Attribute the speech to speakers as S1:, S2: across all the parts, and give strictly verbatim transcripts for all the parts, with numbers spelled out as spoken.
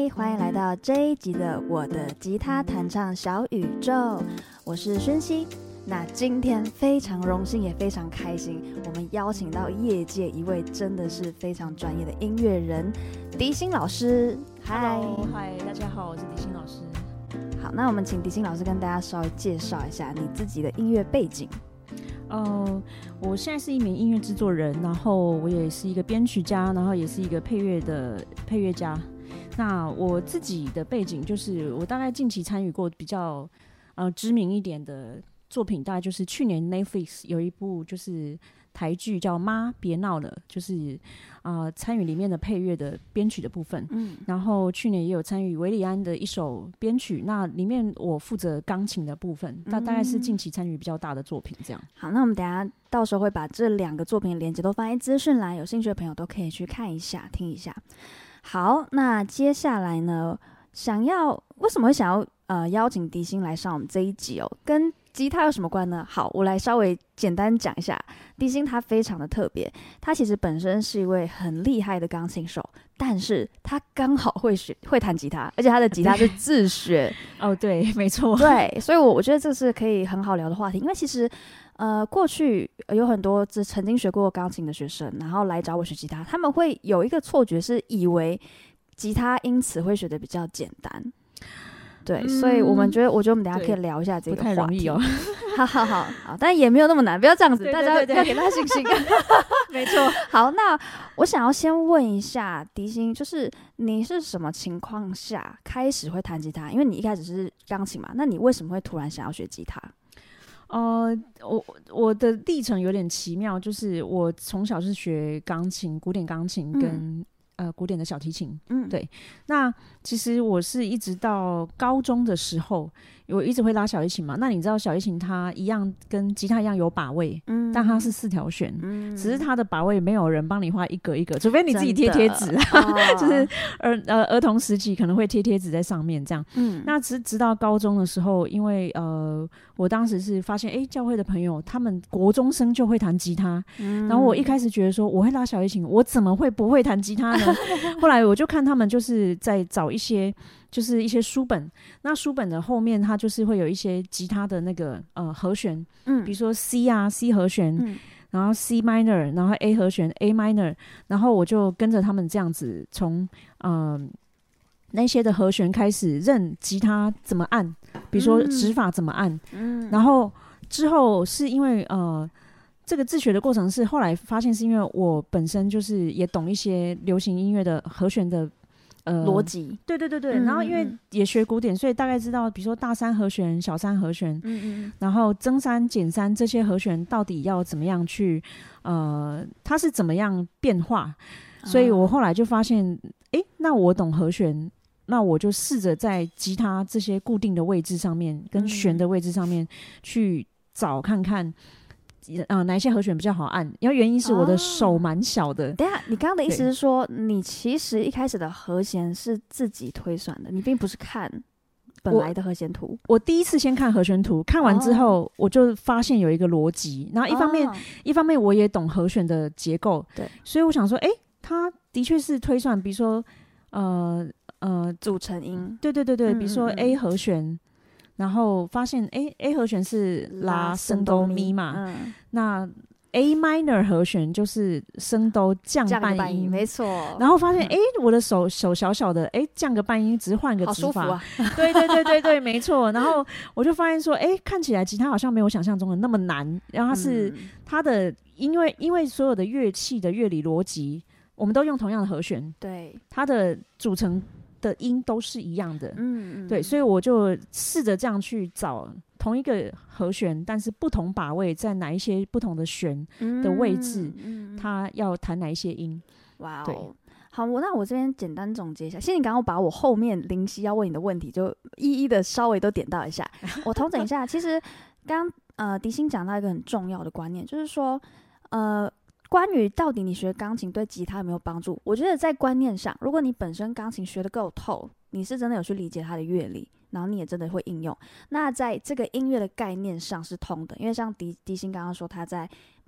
S1: 嗨，欢迎来到这一集的我的吉他弹唱小宇宙，我是宣熙。那今天非常荣幸也非常开心，我们邀请到业界一位真的是非常专业的音乐人，迪欣老师。嗨，
S2: 嗨，大家好，我是迪欣老师。
S1: 好，那我们请迪欣老师跟大家稍微介绍一下你自己的音乐背景。
S2: 呃，我现在是一名音乐制作人，然后我也是一个编曲家，然后也是一个配乐的配乐家。那我自己的背景就是，我大概近期参与过比较呃知名一点的作品，大概就是去年 Netflix 有一部就是台剧叫《妈别闹了》，就是呃参与里面的配乐的编曲的部分。嗯，然后去年也有参与韦礼安的一首编曲，那里面我负责钢琴的部分，那、嗯、大概是近期参与比较大的作品这样。
S1: 好，那我们等一下到时候会把这两个作品的连结都放在资讯栏，有兴趣的朋友都可以去看一下、听一下。好，那接下来呢，想要为什么会想要呃邀请迪欣来上我们这一集哦？跟吉他有什么关呢？好，我来稍微简单讲一下。迪欣他非常的特别，他其实本身是一位很厉害的钢琴手，但是他刚好会学会弹吉他，而且他的吉他是自学。
S2: 哦，对，没错。
S1: 对，所以我我觉得这是可以很好聊的话题，因为其实呃过去有很多曾经学过钢琴的学生，然后来找我学吉他，他们会有一个错觉，是以为吉他因此会学得比较简单。对、嗯，所以我们觉得，我觉得我们等一下可以聊一下这个话题。
S2: 不太容易哦。
S1: 好好好好，但也没有那么难，不要这样子，
S2: 对对对对，
S1: 大家要给他信心。
S2: 没错。
S1: 好，那我想要先问一下迪欣，就是你是什么情况下开始会弹吉他？因为你一开始是钢琴嘛，那你为什么会突然想要学吉他？
S2: 呃，我我的历程有点奇妙，就是我从小是学钢琴，古典钢琴跟、嗯。呃，古典的小提琴，嗯，对。那其实我是一直到高中的时候，我一直会拉小提琴嘛。那你知道小提琴它一样跟吉他一样有把位，嗯，但它是四条弦，嗯，只是它的把位没有人帮你画一格一格，除非你自己贴贴纸，就是儿呃儿童时期可能会贴贴纸在上面这样。嗯，那直直到高中的时候，因为呃我当时是发现，哎，教会的朋友他们国中生就会弹吉他，嗯，然后我一开始觉得说我会拉小提琴，我怎么会不会弹吉他呢？后来我就看他们就是在找一些就是一些书本，那书本的后面它就是会有一些吉他的那个呃和弦，嗯，比如说 C 啊 C 和弦，嗯，然后 C minor， 然后 A 和弦 A minor， 然后我就跟着他们这样子从呃那些的和弦开始认吉他怎么按，比如说指法怎么按，嗯，然后之后是因为呃这个自学的过程是后来发现是因为我本身就是也懂一些流行音乐的和弦的呃
S1: 逻辑，
S2: 对对对对、嗯，然后因为也学古典，所以大概知道比如说大三和弦、小三和弦，嗯嗯，然后增三、减三这些和弦到底要怎么样去呃它是怎么样变化，所以我后来就发现，哎，那我懂和弦。那我就试着在吉他这些固定的位置上面跟弦的位置上面去找看看呃，哪一些和弦比较好按？因为原因是我的手蛮小的。
S1: 哦、等一下，你刚刚的意思是说，你其实一开始的和弦是自己推算的，你并不是看本来的和弦图。
S2: 我, 我第一次先看和弦图，看完之后、哦、我就发现有一个逻辑，然后一方面、哦、一方面我也懂和弦的结构，对，所以我想说，哎，它的确是推算，比如说呃呃
S1: 组成音，
S2: 对对对对，嗯、比如说 A 和弦。然后发现 A A 和弦是拉升哆咪嘛、嗯，那 A minor 和弦就是升哆降半音，
S1: 没错。
S2: 然后发现哎、嗯，我的手手小小的，哎，降个半音，只是换个指法，
S1: 好舒服啊、
S2: 对对对对对，没错。然后我就发现说，哎，看起来吉他好像没有想象中的那么难。然后它是、嗯、它的，因为因为所有的乐器的乐理逻辑，我们都用同样的和弦，
S1: 对，
S2: 它的组成的音都是一样的，嗯嗯，对，所以我就试着这样去找同一个和弦，但是不同把位，在哪一些不同的弦的位置，嗯嗯、它要弹哪一些音。
S1: 哇哦，好，我那我这边简单总结一下，其实你刚刚把我后面临时要问你的问题，就一一的稍微都点到一下。我统整一下，其实刚呃迪欣讲到一个很重要的观念，就是说呃。关于到底你学钢琴对吉他有没有帮助，我觉得在观念上，如果你本身钢琴学得够透，你是真的有去理解它的乐理，然后你也真的会应用，那在这个音乐的概念上是通的。因为像迪迪欣刚刚说，他在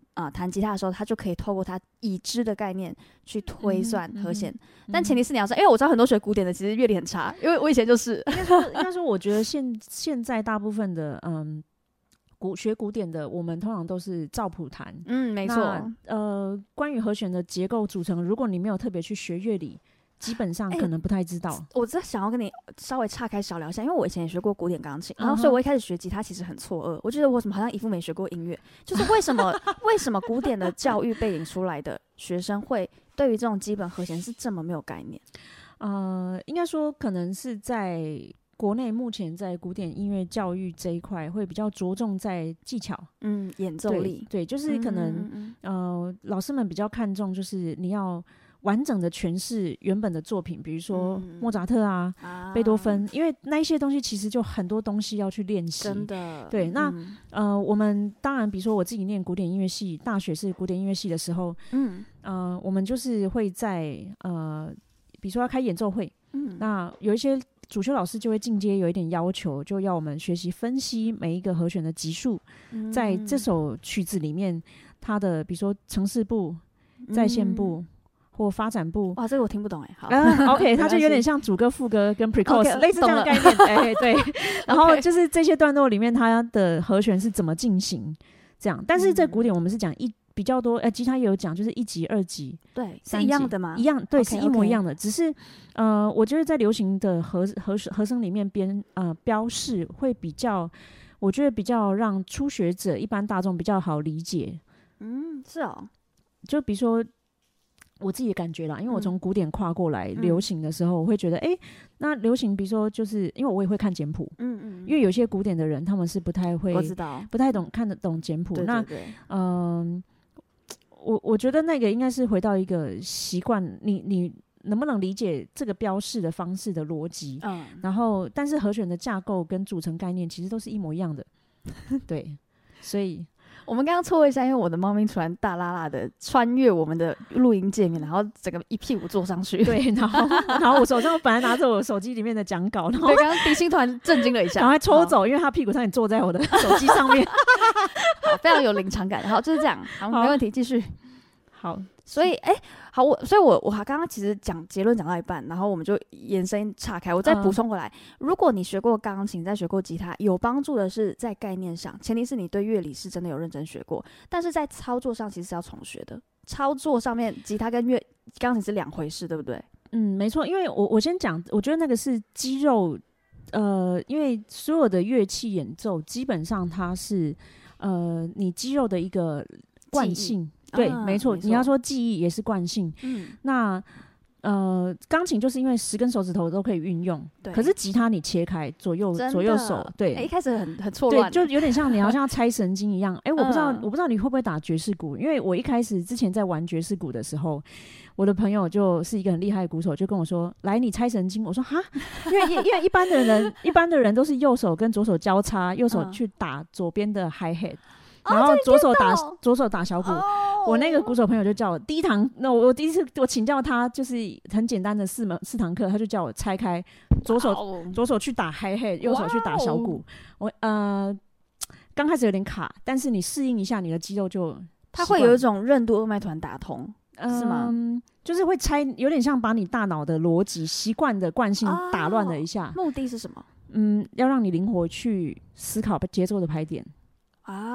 S1: 呃弹吉他的时候，他就可以透过他已知的概念去推算和弦、嗯嗯，但前提是你要知道，因为我知道很多学古典的其实乐理很差，因为我以前就是
S2: 应该说，应该说，我觉得现现在大部分的嗯古学古典的，我们通常都是照谱弹，
S1: 嗯，没错。
S2: 呃，关于和弦的结构组成，如果你没有特别去学乐理，基本上可能不太知道。欸、
S1: 我真想要跟你稍微岔开小聊一下，因为我以前也学过古典钢琴，然后所以我一开始学吉他其实很错愕，我觉得我怎么好像一副没学过音乐，就是为什么为什么古典的教育背景出来的学生会对于这种基本和弦是这么没有概念？
S2: 呃，应该说可能是在国内目前在古典音乐教育这一块会比较着重在技巧，
S1: 嗯，演奏力，
S2: 对，对就是可能、嗯嗯嗯、呃老师们比较看重就是你要完整的诠释原本的作品，比如说莫扎特啊、嗯、贝多芬，因为那一些东西其实就很多东西要去练习，
S1: 真的。
S2: 对，那、嗯、呃，我们当然，比如说我自己念古典音乐系，大学是古典音乐系的时候，嗯，呃，我们就是会在呃，比如说要开演奏会，嗯，那有一些主修老师就会进阶有一点要求，就要我们学习分析每一个和弦的级数，嗯、在这首曲子里面，它的比如说呈示部、再现部。嗯或发展部，
S1: 哇，这个我听不懂哎。好、
S2: 啊、，OK， 它就有点像主歌、副歌跟 pre-chorus、okay, 类似这样的概念。哎、欸，对。然后就是这些段落里面，它的和弦是怎么进行，这样。但是在古典，我们是讲一比较多，哎、欸，吉他也有讲，就是一级、二级，
S1: 对，是一样的吗？
S2: 一样，对，
S1: okay,
S2: 是一模一样的。Okay. 只是呃，我觉得在流行的和和和声里面编呃标示会比较，我觉得比较让初学者、一般大众比较好理解。
S1: 嗯，是哦。
S2: 就比如说。我自己的感觉啦，因为我从古典跨过来流行的时候，嗯、我会觉得，哎、欸，那流行，比如说，就是因为我也会看简谱，嗯嗯，因为有些古典的人他们是不太会，
S1: 我知道，
S2: 不太懂看得懂简谱。
S1: 对对对，
S2: 那嗯、呃，我我觉得那个应该是回到一个习惯，你你能不能理解这个标示的方式的逻辑？嗯，然后但是和弦的架构跟组成概念其实都是一模一样的，对，所以。
S1: 我们刚刚错一下，因为我的猫咪突然大拉拉的穿越我们的录音界面，然后整个一屁股坐上去。
S2: 对，然后然后我手上本来拿着我手机里面的讲稿，然后
S1: 对，刚刚迪星团震惊了一下，
S2: 赶快抽走，因为他屁股差点坐在我的手机上面，
S1: 好，非常有临场感。好，就是这样，好，好没问题，继续。
S2: 好，
S1: 所以哎、欸，好，我所以我我刚刚其实讲结论讲到一半，然后我们就延伸岔开，我再补充回来、嗯。如果你学过钢琴，再学过吉他，有帮助的是在概念上，前提是你对乐理是真的有认真学过，但是在操作上其实是要重学的。操作上面，吉他跟乐钢琴是两回事，对不对？
S2: 嗯，没错。因为我我先讲，我觉得那个是肌肉，呃，因为所有的乐器演奏基本上它是呃你肌肉的一个惯性。对、啊，没错，你要说记忆也是惯性。嗯，那呃，钢琴就是因为十根手指头都可以运用，对。可是吉他你切开左右左右手，对，
S1: 欸、一开始很很错乱，
S2: 对，就有点像你好像要拆神经一样。哎、欸，我不知道、嗯，我不知道你会不会打爵士鼓，因为我一开始之前在玩爵士鼓的时候，我的朋友就是一个很厉害的鼓手，就跟我说：“来，你拆神经。”我说：“哈，因为因为一般的人，一般的人都是右手跟左手交叉，右手去打左边的 hi hat。”然后左手打、哦、左手打小鼓、哦，我那个鼓手朋友就叫我第一堂，那我第一次我请教他，就是很简单的四门四堂课，他就叫我拆开左手、哦、左手去打 hi hat， 右手去打小鼓。我呃刚开始有点卡，但是你适应一下，你的肌肉就
S1: 它会有一种任督二脉团打通，是吗？
S2: 嗯，就是会拆，有点像把你大脑的逻辑、习惯的惯性打乱了一下、
S1: 哦。目的是什么？
S2: 嗯，要让你灵活去思考节奏的排点。
S1: 哦、oh, ，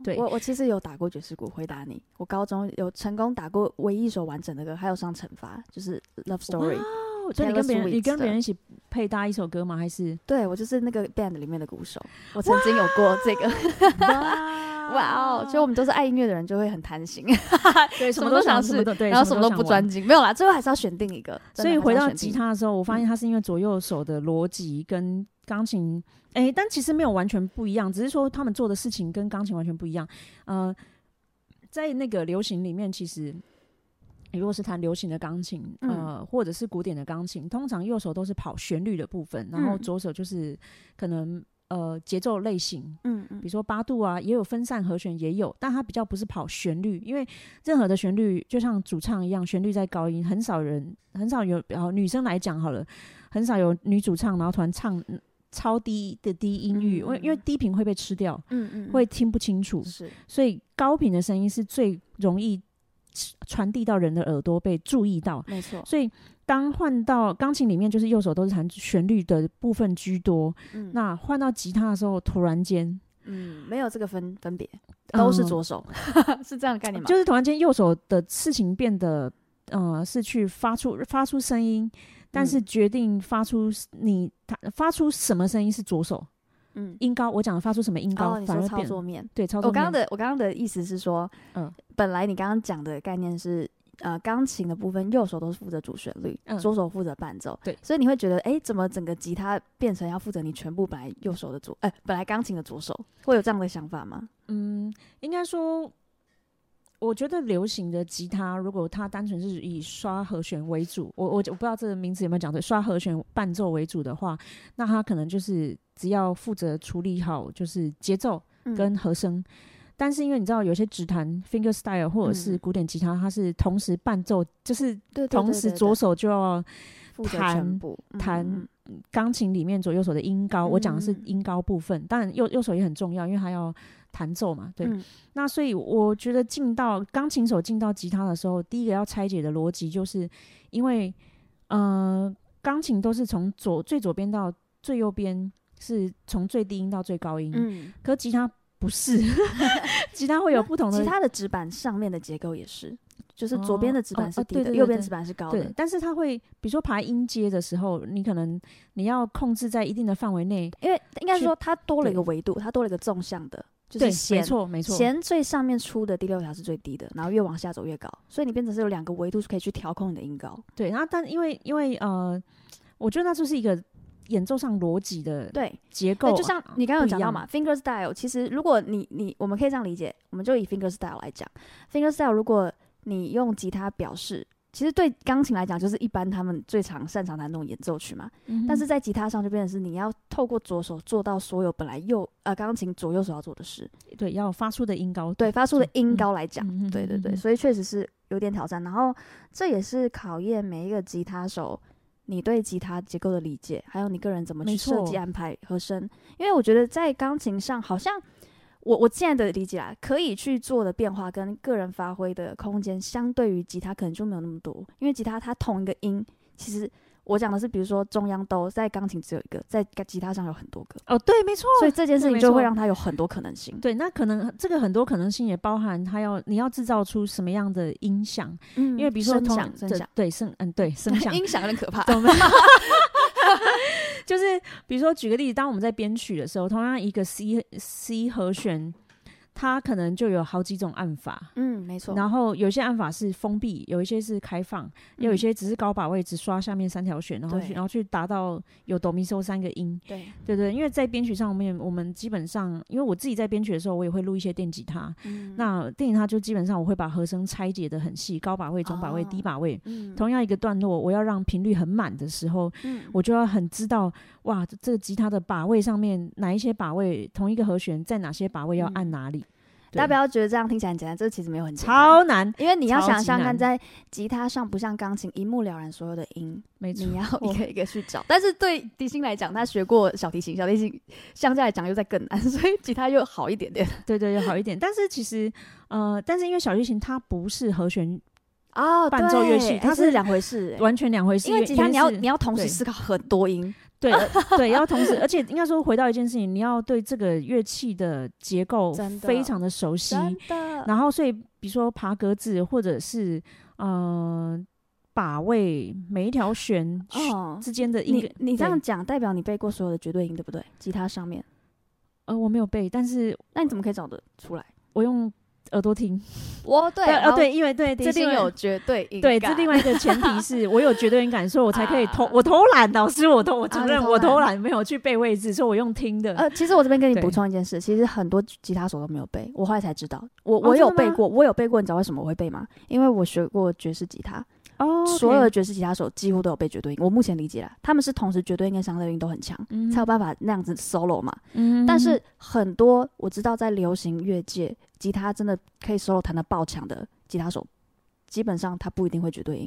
S2: 对，
S1: 我我其实有打过爵士鼓，回答你，我高中有成功打过唯一一首完整的歌，还有上惩罚，就是 Love Story。
S2: Wow, 所以你跟别人，你跟别人一起配搭一首歌吗？还是？
S1: 对，我就是那个 band 里面的鼓手，我曾经有过这个。哇哦！所以我们都是爱音乐的人，就会很贪心，
S2: 对，
S1: 什么都想试，然后什么都不专精，没有啦，最后还是要选定一个。
S2: 所以回到吉他的时候，我发现它是因为左右手的逻辑跟钢琴，哎、欸，但其实没有完全不一样，只是说他们做的事情跟钢琴完全不一样。呃，在那个流行里面，其实如果是弹流行的钢琴，呃、嗯，或者是古典的钢琴，通常右手都是跑旋律的部分，然后左手就是可能。呃，节奏类型，嗯嗯，比如说八度啊，也有分散和弦，也有，但它比较不是跑旋律，因为任何的旋律就像主唱一样，旋律在高音，很少人，很少有，然后女生来讲好了，很少有女主唱，然后突然唱超低的低音域，因为、嗯、因为低频会被吃掉，
S1: 嗯嗯，
S2: 会听不清楚，
S1: 是，
S2: 所以高频的声音是最容易传递到人的耳朵被注意到，
S1: 没错。
S2: 所以当换到钢琴里面，就是右手都是弹旋律的部分居多，嗯、那换到吉他的时候，突然间，
S1: 嗯，没有这个分分别，都是左手，嗯、是这样的概念吗？
S2: 就是突然间右手的事情变得，呃，是去发出发出声音。但是决定发出你发出什么声音是左手，嗯，音高我讲的发出什么音高，
S1: 哦，
S2: 反而
S1: 你说操作面，
S2: 对操作面。
S1: 我刚刚的我刚刚的意思是说，嗯，本来你刚刚讲的概念是，呃，钢琴的部分右手都是负责主旋律，嗯、左手负责伴奏，
S2: 对，
S1: 所以你会觉得，哎，怎么整个吉他变成要负责你全部本来右手的左，哎，本来钢琴的左手，会有这样的想法吗？
S2: 嗯，应该说。我觉得流行的吉他，如果它单纯是以刷和弦为主，我我我不知道这个名字有没有讲对，刷和弦伴奏为主的话，那它可能就是只要负责处理好就是节奏跟和声。嗯、但是因为你知道，有些指弹 fingerstyle 或者是古典吉他，嗯、它是同时伴奏，就是同时左手就要弹弹钢琴里面左右手的音高。嗯、我讲的是音高部分，当然右右手也很重要，因为它要。弹奏嘛，对，嗯、那所以我觉得进到钢琴手进到吉他的时候，第一个要拆解的逻辑，就是因为呃，钢琴都是从左最左边到最右边，是从最低音到最高音，嗯，可吉他不是，吉他会有不同的，
S1: 吉他的指板上面的结构也是，就是左边的指板是低的，哦哦、右边指板是高的，
S2: 对，但是它会，比如说爬音阶的时候，你可能你要控制在一定的范围内，
S1: 因为应该是说它多了一个维度，它多了一个纵向的。就是弦，
S2: 没错没错，
S1: 弦最上面出的第六条是最低的，然后越往下走越高，所以你变成是有两个维度可以去调控你的音高。
S2: 对，然后但因为因为呃，我觉得那就是一个演奏上逻辑的
S1: 对
S2: 结构，
S1: 就像你刚刚有讲到嘛 ，finger style， 其实如果你你我们可以这样理解，我们就以 finger style 来讲 ，finger style 如果你用吉他表示。其实对钢琴来讲，就是一般他们最常擅长弹那种演奏曲嘛。嗯、但是在吉他上就变成是你要透过左手做到所有本来右呃钢琴左右手要做的事。
S2: 对，要发出的音高。
S1: 对，发出的音高来讲，
S2: 嗯、
S1: 对对对，所以确实是有点挑战。然后这也是考验每一个吉他手你对吉他结构的理解，还有你个人怎么去设计安排和声。因为我觉得在钢琴上好像。我我现在的理解啦，可以去做的变化跟个人发挥的空间，相对于吉他可能就没有那么多。因为吉他它同一个音，其实我讲的是，比如说中央兜，在钢琴只有一个，在吉他上有很多个。
S2: 哦，对，没错。
S1: 所以这件事情就会让它有很多可能性。
S2: 对，那可能这个很多可能性也包含它要你要制造出什么样的音响，嗯，因为比如说
S1: 声响，声响，
S2: 对声，嗯，对声响，
S1: 音响有点可怕。
S2: 就是比如说举个例子，当我们在编曲的时候，同样一个 C C 和弦，它可能就有好几种按法，
S1: 嗯，没错。
S2: 然后有些按法是封闭，有一些是开放，嗯、有一些只是高把位，只刷下面三条弦，然后去然后去达到有哆咪嗦三个音，
S1: 对
S2: 对对。因为在编曲上面，我们基本上，因为我自己在编曲的时候，我也会录一些电吉他，嗯、那电吉他就基本上我会把和声拆解得很细，高把位、中把位、哦、低把位，嗯、同样一个段落，我要让频率很满的时候，嗯、我就要很知道，哇，这个吉他的把位上面哪一些把位，同一个和弦在哪些把位要按哪里。嗯
S1: 大家不要觉得这样听起来很简单，这其实没有很简单，
S2: 超难。
S1: 因为你要想象看，在吉他上不像钢琴一目了然所有的音，
S2: 没错，
S1: 你要一个一个去找。但是对迪欣来讲，他学过小提琴，小提琴相对来讲又再更难，所以吉他又好一点点。
S2: 对对，又好一点。但是其实呃，但是因为小提琴它不是和弦。
S1: 哦，
S2: 伴奏乐器它
S1: 是两回事，
S2: 完全两回事。
S1: 因为吉他你要你要同时思考很多音，
S2: 对对，要同时，而且应该说回到一件事情，你要对这个乐器的结构非常的熟悉，然后所以比如说爬格子或者是呃把位，每一条弦之间的音，
S1: 你你这样讲代表你背过所有的绝对音，对不对？吉他上面，
S2: 呃，我没有背，但是
S1: 那你怎么可以找得出来？
S2: 我用。耳朵听，
S1: 我对
S2: 哦对，因为对
S1: 这另有绝对音感，
S2: 对，这另外一个前提是我有绝对音感，所以我才可以偷，我偷懒，老师我偷，我承认我偷懒，没有去背位置，所以我用听的。
S1: 呃，其实我这边跟你补充一件事，其实很多吉他手都没有背，我后来才知道，我我有背过，我有背过，你知道为什么我会背吗？因为我学过爵士吉他。
S2: 哦，
S1: oh, okay. 所有的爵士吉他手几乎都有背绝对音，我目前理解啦，他们是同时绝对音跟相对音都很强，嗯、才有办法那样子 solo 嘛。嗯、但是很多我知道在流行乐界，吉他真的可以 solo 弹得爆强的吉他手，基本上他不一定会绝对音。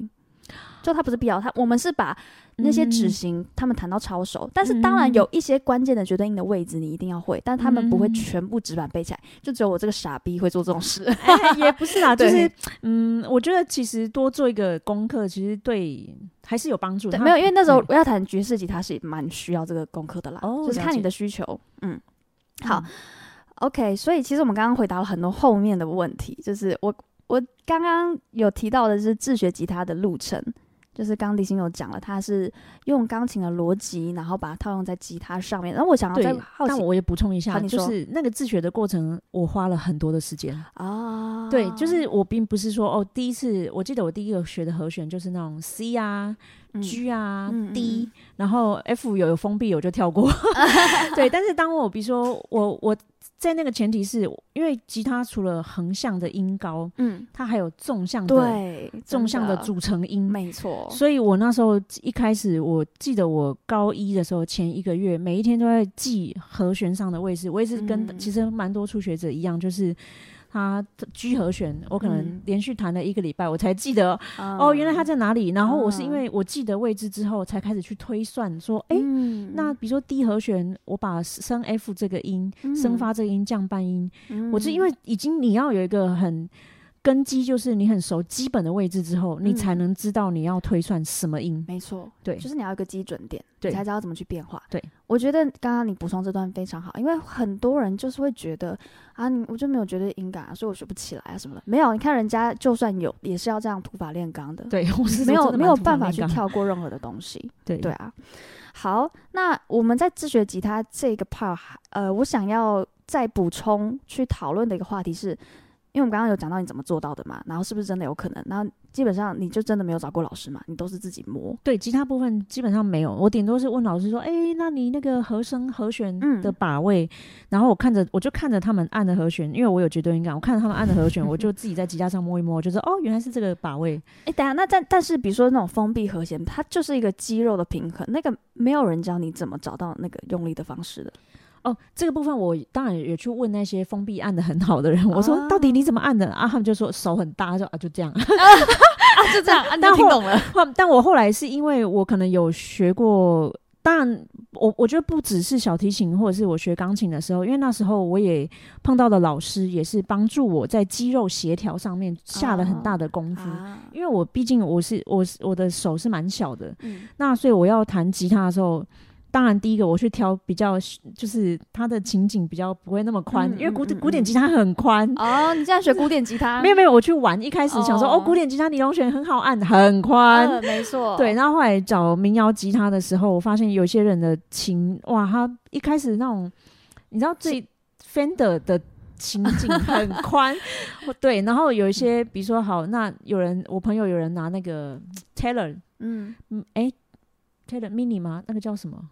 S1: 就它不是必要，它我们是把那些指型他们弹到超熟、嗯，但是当然有一些关键的绝对音的位置你一定要会，但他们不会全部纸板背起来，就只有我这个傻逼会做这种事。
S2: 欸、也不是啦，就是嗯，我觉得其实多做一个功课，其实对还是有帮助的。
S1: 对，没有，因为那时候我要弹爵士吉他是蛮需要这个功课的啦，
S2: 哦，
S1: 就是看你的需求。嗯，好、嗯、，OK， 所以其实我们刚刚回答了很多后面的问题，就是我我刚刚有提到的是自学吉他的路程。就是刚刚李欣有讲了，他是用钢琴的逻辑，然后把它套用在吉他上面。然后我想要再好奇，
S2: 但我也补充一下，就是那个自学的过程，我花了很多的时间啊。对，就是我并不是说哦，第一次我记得我第一个学的和弦就是那种 C 啊、嗯、G 啊、嗯、D，、嗯、然后 F 有有封闭我就跳过。对，但是当我比如说我我。在那个前提是因为吉他除了横向的音高，嗯，它还有纵向的，对，纵向的组成音，
S1: 没错。
S2: 所以我那时候一开始，我记得我高一的时候前一个月，每一天都在记和弦上的位置。我也是跟、嗯、其实蛮多初学者一样，就是他 G 和弦，我可能连续弹了一个礼拜，我才记得、嗯、哦，原来他在哪里。然后我是因为我记得位置之后，才开始去推算说，哎、嗯，那比如说 D 和弦，我把升 F 这个音、嗯、升发这个音、降半音、嗯，我是因为已经你要有一个很根基，就是你很熟基本的位置之后、嗯，你才能知道你要推算什么音。
S1: 没错，
S2: 对，
S1: 就是你要有一个基准点，
S2: 对，
S1: 你才知道怎么去变化。
S2: 对，
S1: 我觉得刚刚你补充这段非常好，因为很多人就是会觉得啊，你我就没有绝对音感啊，所以我学不起来啊什么的。没有，你看人家就算有，也是要这样土法炼钢的。
S2: 对，我是
S1: 没有没有办法去跳过任何的东西。
S2: 对
S1: 对啊。好，那我们在自学吉他这个 part， 呃，我想要再补充去讨论的一个话题是。因为我们刚刚有讲到你怎么做到的嘛，然后是不是真的有可能？然后基本上你就真的没有找过老师嘛，你都是自己摸。
S2: 对，吉他部分基本上没有，我顶多是问老师说，哎、欸，那你那个和声和弦的把位，嗯、然后我看着我就看着他们按的和弦，因为我有绝对音感，我看着他们按的和弦，我就自己在吉他上摸一摸，就说哦，原来是这个把位。
S1: 哎、欸，等一下，那但但是比如说那种封闭和弦，它就是一个肌肉的平衡，那个没有人教你怎么找到那个用力的方式的。
S2: 哦，这个部分我当然也去问那些封闭按的很好的人，我说到底你怎么按的啊？他们就说手很大，就啊就这样，啊
S1: 就这样，啊、你就听懂了。
S2: 但我后来是因为我可能有学过，当然我我觉得不只是小提琴或者是我学钢琴的时候，因为那时候我也碰到的老师也是帮助我在肌肉协调上面下了很大的功夫，啊、因为我毕竟我是我我的手是蛮小的，嗯，那所以我要弹吉他的时候。当然，第一个我去挑比较，就是它的琴颈比较不会那么宽、嗯，因为古典、嗯嗯、古典吉他很宽。
S1: 哦，你现在学古典吉他？
S2: 没有没有，我去玩，一开始想说，哦，哦古典吉他尼龙弦很好按，很宽、
S1: 呃，没错。
S2: 对，然后后来找民谣吉他的时候，我发现有些人的琴，哇，他一开始那种，你知道最 Fender 的琴颈很宽，对，然后有一些，比如说好，那有人，我朋友有人拿那个 Taylor， 嗯嗯，哎 ，Taylor Mini 吗？那个叫什么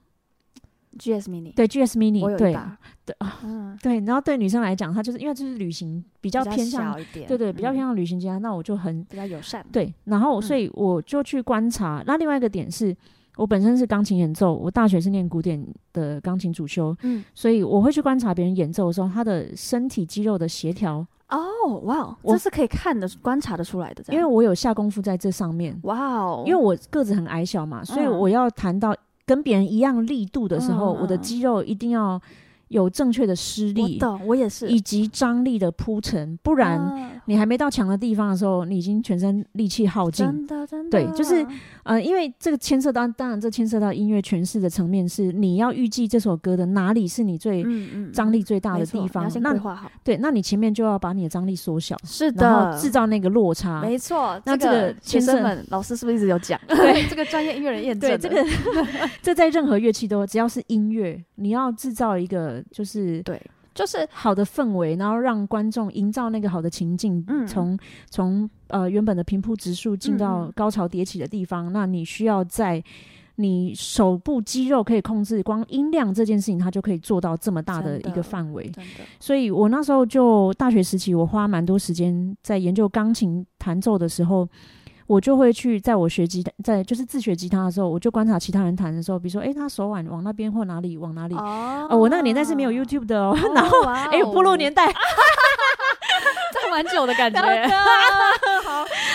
S1: ？G S Mini，
S2: 对 G S Mini，
S1: 我有一把，
S2: 对对啊、嗯，对，然后对女生来讲，她就是因为就是旅行比较偏向，
S1: 比较小一点，
S2: 对对，比较偏向旅行家、嗯，那我就很
S1: 比较友善，
S2: 对，然后所以我就去观察。嗯、那另外一个点是，我本身是钢琴演奏，我大学是念古典的钢琴主修，嗯，所以我会去观察别人演奏的时候，他的身体肌肉的协调。
S1: 哦，哇，这是可以看的、观察的出来的，
S2: 因为我有下功夫在这上面。
S1: 哇哦，
S2: 因为我个子很矮小嘛，所以我要弹到。跟别人一样力度的时候、嗯、我的肌肉一定要有正确的施力，
S1: 我懂，我也是，
S2: 以及张力的铺陈，不然你还没到强的地方的时候，你已经全身力气耗尽。
S1: 真的，真的，
S2: 对，就是呃，因为这个牵涉到，当然这牵涉到音乐诠释的层面，是你要预计这首歌的哪里是你最张力最大的地方，
S1: 嗯嗯、你要先规划好。
S2: 对，那你前面就要把你的张力缩小，
S1: 是的，
S2: 然后制造那个落差。
S1: 没错，
S2: 那这个
S1: 学生们，老师是不是一直有讲？
S2: 对，
S1: 这个专业音乐人验证的。
S2: 对，这个这在任何乐器都，只要是音乐，你要制造一个就是
S1: 对。就是
S2: 好的氛围，然后让观众营造那个好的情境，从、嗯、从呃原本的平铺直述进到高潮迭起的地方、嗯、那你需要在你手部肌肉可以控制光音量这件事情，它就可以做到这么大的一个范围。所以我那时候就大学时期，我花蛮多时间在研究钢琴弹奏的时候，我就会去在我学吉他，在就是自学吉他的时候，我就观察其他人弹的时候，比如说，哎、欸，他手腕往那边或哪里往哪里。哦、呃，我那个年代是没有 YouTube 的哦，哦然后哎，步入、欸、年代，
S1: 这蛮久的感觉。
S2: 好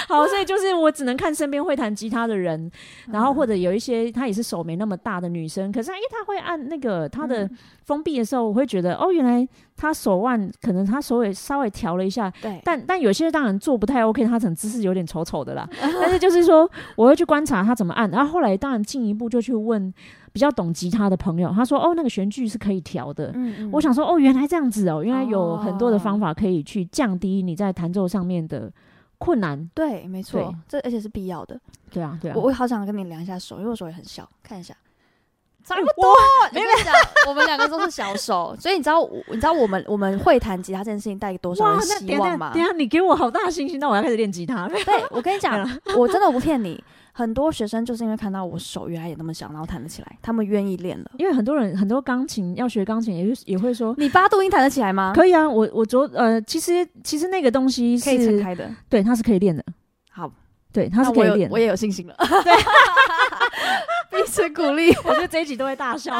S2: 好，所以就是我只能看身边会弹吉他的人，然后或者有一些她也是手没那么大的女生，可是因为她会按那个她的封闭的时候，我会觉得哦，原来她手腕可能她手也稍微调了一下，
S1: 对，
S2: 但但有些当然做不太 OK， 她可能姿势有点丑丑的啦。但是就是说，我会去观察她怎么按，然后后来当然进一步就去问比较懂吉他的朋友，他说哦，那个弦距是可以调的。嗯嗯，我想说哦，原来这样子哦，原来有很多的方法可以去降低你在弹奏上面的困难。
S1: 对，没错，这而且是必要的。
S2: 对啊，对啊。
S1: 我我好想跟你量一下手，因为我手也很小，看一下，差不多。没有讲，我们两个都是小手，所以你知道，你知道我们我们会弹吉他这件事情带给多少人希望吗？
S2: 等一下，你给我好大的信心，那我要开始练吉他。
S1: 对，我跟你讲，我真的不骗你。很多学生就是因为看到我手原来也那么小，然后弹得起来，他们愿意练了。
S2: 因为很多人很多钢琴要学钢琴也也会说，
S1: 你八度音弹得起来吗？
S2: 可以啊，我我昨呃，其实其实那个东西是
S1: 可以撑开的，
S2: 对，它是可以练的。
S1: 好，
S2: 对，它是可以练的。
S1: 我也有信心了。对，彼此鼓励。
S2: 我觉得这一集都会大笑。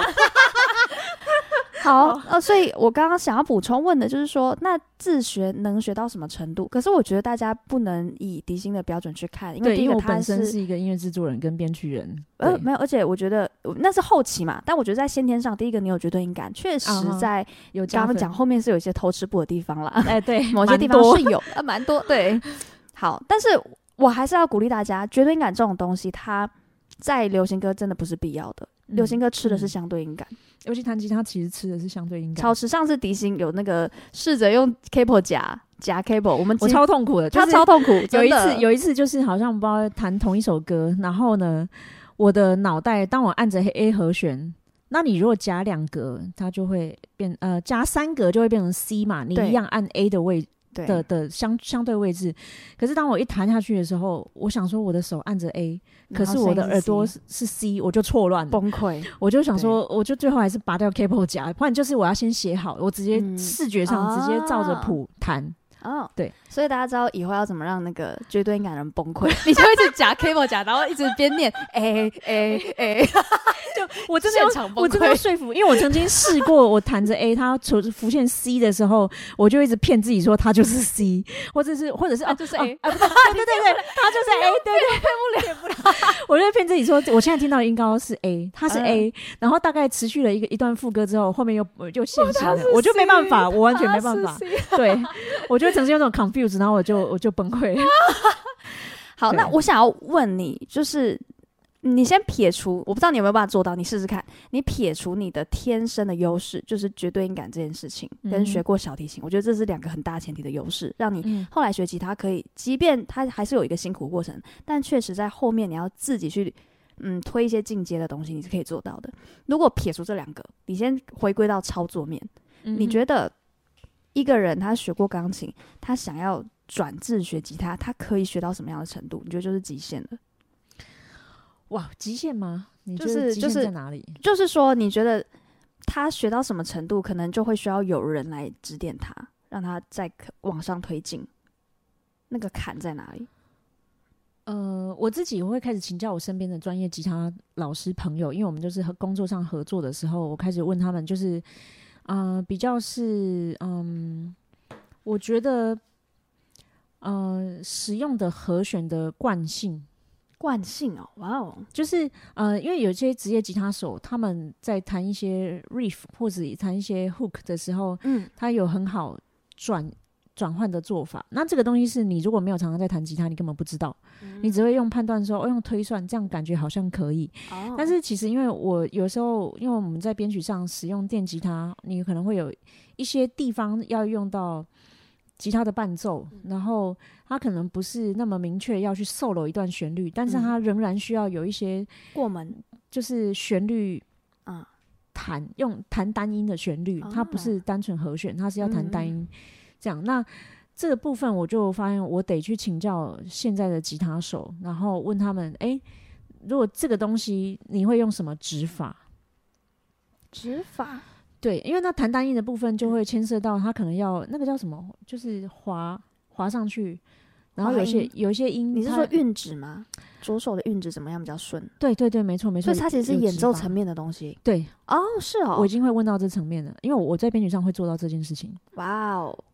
S1: 好，呃，所以我刚刚想要补充问的就是说，那自学能学到什么程度？可是我觉得大家不能以迪欣的标准去看，因为第一个他
S2: 本身是一个音乐制作人跟编曲人，
S1: 呃，没有，而且我觉得那是后期嘛。但我觉得在先天上，第一个你有绝对音感，确实在有刚刚讲后面是有一些偷吃步的地方啦。
S2: 哎，对，
S1: 某些地方是有，呃，蛮多。对，好，但是我还是要鼓励大家，绝对音感这种东西，它在流行歌真的不是必要的。流行歌吃的是相对音感，
S2: 嗯、尤其弹吉他其实吃的是相对音感。
S1: 超吃，上次迪欣有那个试着用 cable 夹夹 cable， 我们
S2: 我超痛苦的，
S1: 他超痛苦。
S2: 有一次，有一次就是好像不知道弹同一首歌，然后呢，我的脑袋当我按着 A 和弦，那你如果加两格，它就会变呃加三格就会变成 C 嘛，你一样按 A 的位置。的的相相对位置，可是当我一弹下去的时候，我想说我的手按着 A， 可是我的耳朵是, 是 C， 我就错乱了，
S1: 崩溃。
S2: 我就想说，我就最后还是拔掉 cable 夹，不然就是我要先写好，我直接视觉上直接照着谱弹。哦，对，
S1: 所以大家知道以后要怎么让那个绝对音感人崩溃，你就一直夹 cable 夹，然后一直边念 A A A，
S2: 就我真的要我真的要说服，因为我曾经试过，我弹着 A， 它浮现 C 的时候，我就一直骗自己说它就是 C， 或者是或者是
S1: 啊就是 A，
S2: 啊对对对对，它就是 A， 对对骗不了骗不了，我就骗自己说我现在听到的音高是 A， 它是 A， 然后大概持续了一个一段副歌之后，后面又又现形了，我就没办法，我完全没办法，对，我就曾经有那种 confuse， 然后我就我就崩溃了。
S1: 好，那我想要问你，就是你先撇除，我不知道你有没有办法做到，你试试看。你撇除你的天生的优势，就是绝对音感这件事情，嗯、跟学过小提琴，我觉得这是两个很大前提的优势，让你后来学吉他可以，即便它还是有一个辛苦过程，但确实在后面你要自己去嗯推一些进阶的东西，你是可以做到的。如果撇除这两个，你先回归到操作面，嗯、你觉得？一个人他学过钢琴，他想要转自学吉他，他可以学到什么样的程度？你觉得就是极限了？
S2: 哇，极限吗？你觉得极限在哪里？
S1: 就是、就是说，你觉得他学到什么程度，可能就会需要有人来指点他，让他再往上推进。那个坎在哪里？
S2: 呃，我自己会开始请教我身边的专业吉他老师朋友，因为我们就是和工作上合作的时候，我开始问他们，就是。呃，比较是，嗯，我觉得，呃，使用的和弦的惯性，
S1: 惯性哦，哇哦，
S2: 就是呃，因为有些职业吉他手他们在弹一些 riff 或者弹一些 hook 的时候，嗯，他有很好转转换的做法。那这个东西是你如果没有常常在弹吉他，你根本不知道，嗯、你只会用判断说，哦，用推算，这样感觉好像可以。哦、但是其实因为我有时候，因为我们在编曲上使用电吉他，你可能会有一些地方要用到吉他的伴奏，嗯、然后它可能不是那么明确要去 solo 一段旋律，但是它仍然需要有一些
S1: 过门，
S2: 就是旋律啊，弹用弹单音的旋律，哦、它不是单纯和弦，它是要弹单音。嗯这样，那这个部分我就发现，我得去请教现在的吉他手，然后问他们：哎，如果这个东西你会用什么指法？
S1: 指法？
S2: 对，因为那弹单音的部分就会牵涉到他可能要那个叫什么，就是滑滑上去，然后有些有一些音，
S1: 你是说韵指吗？左手的韵指怎么样比较顺？
S2: 对对对，没错没错。
S1: 所以它其实是演奏层面的东西。
S2: 对，
S1: 哦，是哦，
S2: 我已经会问到这层面了，因为我在编曲上会做到这件事情。
S1: 哇哦，
S2: 对，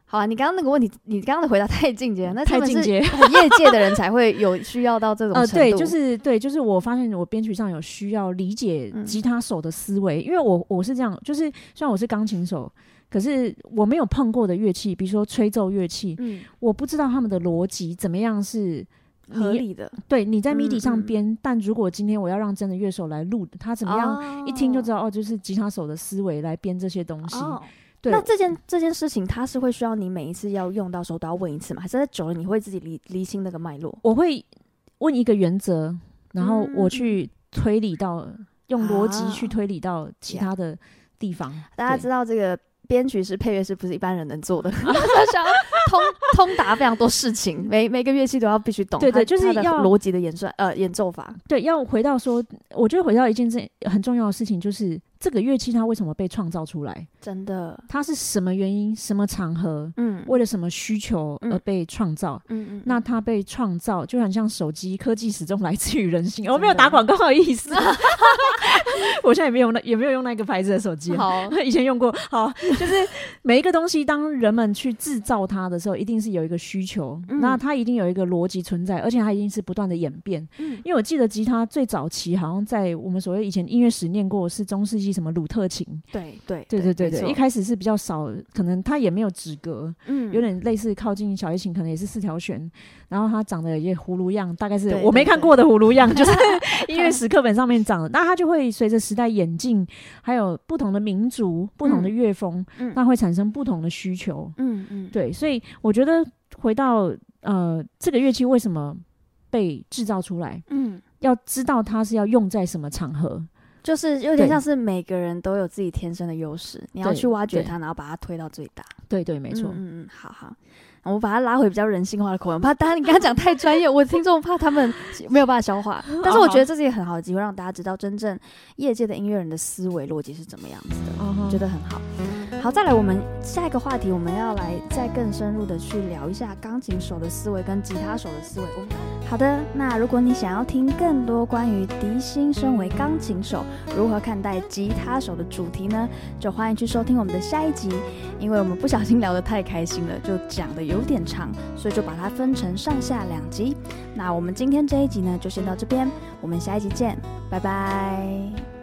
S1: 好啊，你刚刚那个问题，你刚刚的回答太进阶了，那他们是
S2: 太进阶
S1: 业界的人才会有需要到这种程度。
S2: 呃，对，就是对，就是我发现我编曲上有需要理解吉他手的思维，嗯、因为我我是这样，就是虽然我是钢琴手，可是我没有碰过的乐器，比如说吹奏乐器，嗯，我不知道他们的逻辑怎么样是
S1: 合理的。
S2: 对，你在 M I D I 上编、嗯嗯，但如果今天我要让真的乐手来录，他怎么样、哦、一听就知道哦，就是吉他手的思维来编这些东西。哦，
S1: 那这件这件事情，它是会需要你每一次要用到时候都要问一次吗？还是在久了你会自己理理清那个脉络？
S2: 我会问一个原则，然后我去推理到、嗯、用逻辑去推理到其他的地方。啊、
S1: 大家知道这个编曲师、配乐师不是一般人能做的，想要通通达非常多事情，每每个乐器都要必须懂。
S2: 对对，就是要
S1: 逻辑的演算呃演奏法。
S2: 对，要回到说，我觉得回到一件很重要的事情，就是这个乐器它为什么被创造出来？
S1: 真的，
S2: 它是什么原因、什么场合，嗯，为了什么需求而被创造？嗯嗯，那它被创造就很像手机，科技始终来自于人性。我、哦、没有打广告的意思，我现在也没有用，也没有用那个牌子的手机，好，以前用过。好，就是每一个东西，当人们去制造它的时候，一定是有一个需求，嗯、那它一定有一个逻辑存在，而且它一定是不断的演变。嗯，因为我记得吉他最早期好像在我们所谓以前音乐史念过，是中世纪什么鲁特琴。
S1: 对对
S2: 对对对对，一开始是比较少，可能它也没有指格，嗯，有点类似靠近小提琴，可能也是四条弦，然后它长得也葫芦样，大概是我没看过的葫芦样，就是音乐史课本上面长的。那它就会随着时代演进，还有不同的民族、不同的乐风，嗯，那会产生不同的需求，嗯嗯，对，所以我觉得回到呃这个乐器为什么被制造出来，嗯，要知道它是要用在什么场合。
S1: 就是有点像是每个人都有自己天生的优势，你要去挖掘它，然后把它推到最大。
S2: 对对，没错。
S1: 嗯嗯，好好，我把它拉回比较人性化的口吻，怕大家你刚刚讲太专业，我听众怕他们没有办法消化。但是我觉得这是一个很好的机会，让大家知道真正业界的音乐人的思维逻辑是怎么样子的，我觉得很好。好，再来我们下一个话题，我们要来再更深入的去聊一下钢琴手的思维跟吉他手的思维。好的，那如果你想要听更多关于迪欣身为钢琴手如何看待吉他手的主题呢，就欢迎去收听我们的下一集。因为我们不小心聊得太开心了，就讲得有点长，所以就把它分成上下两集。那我们今天这一集呢，就先到这边，我们下一集见，拜拜。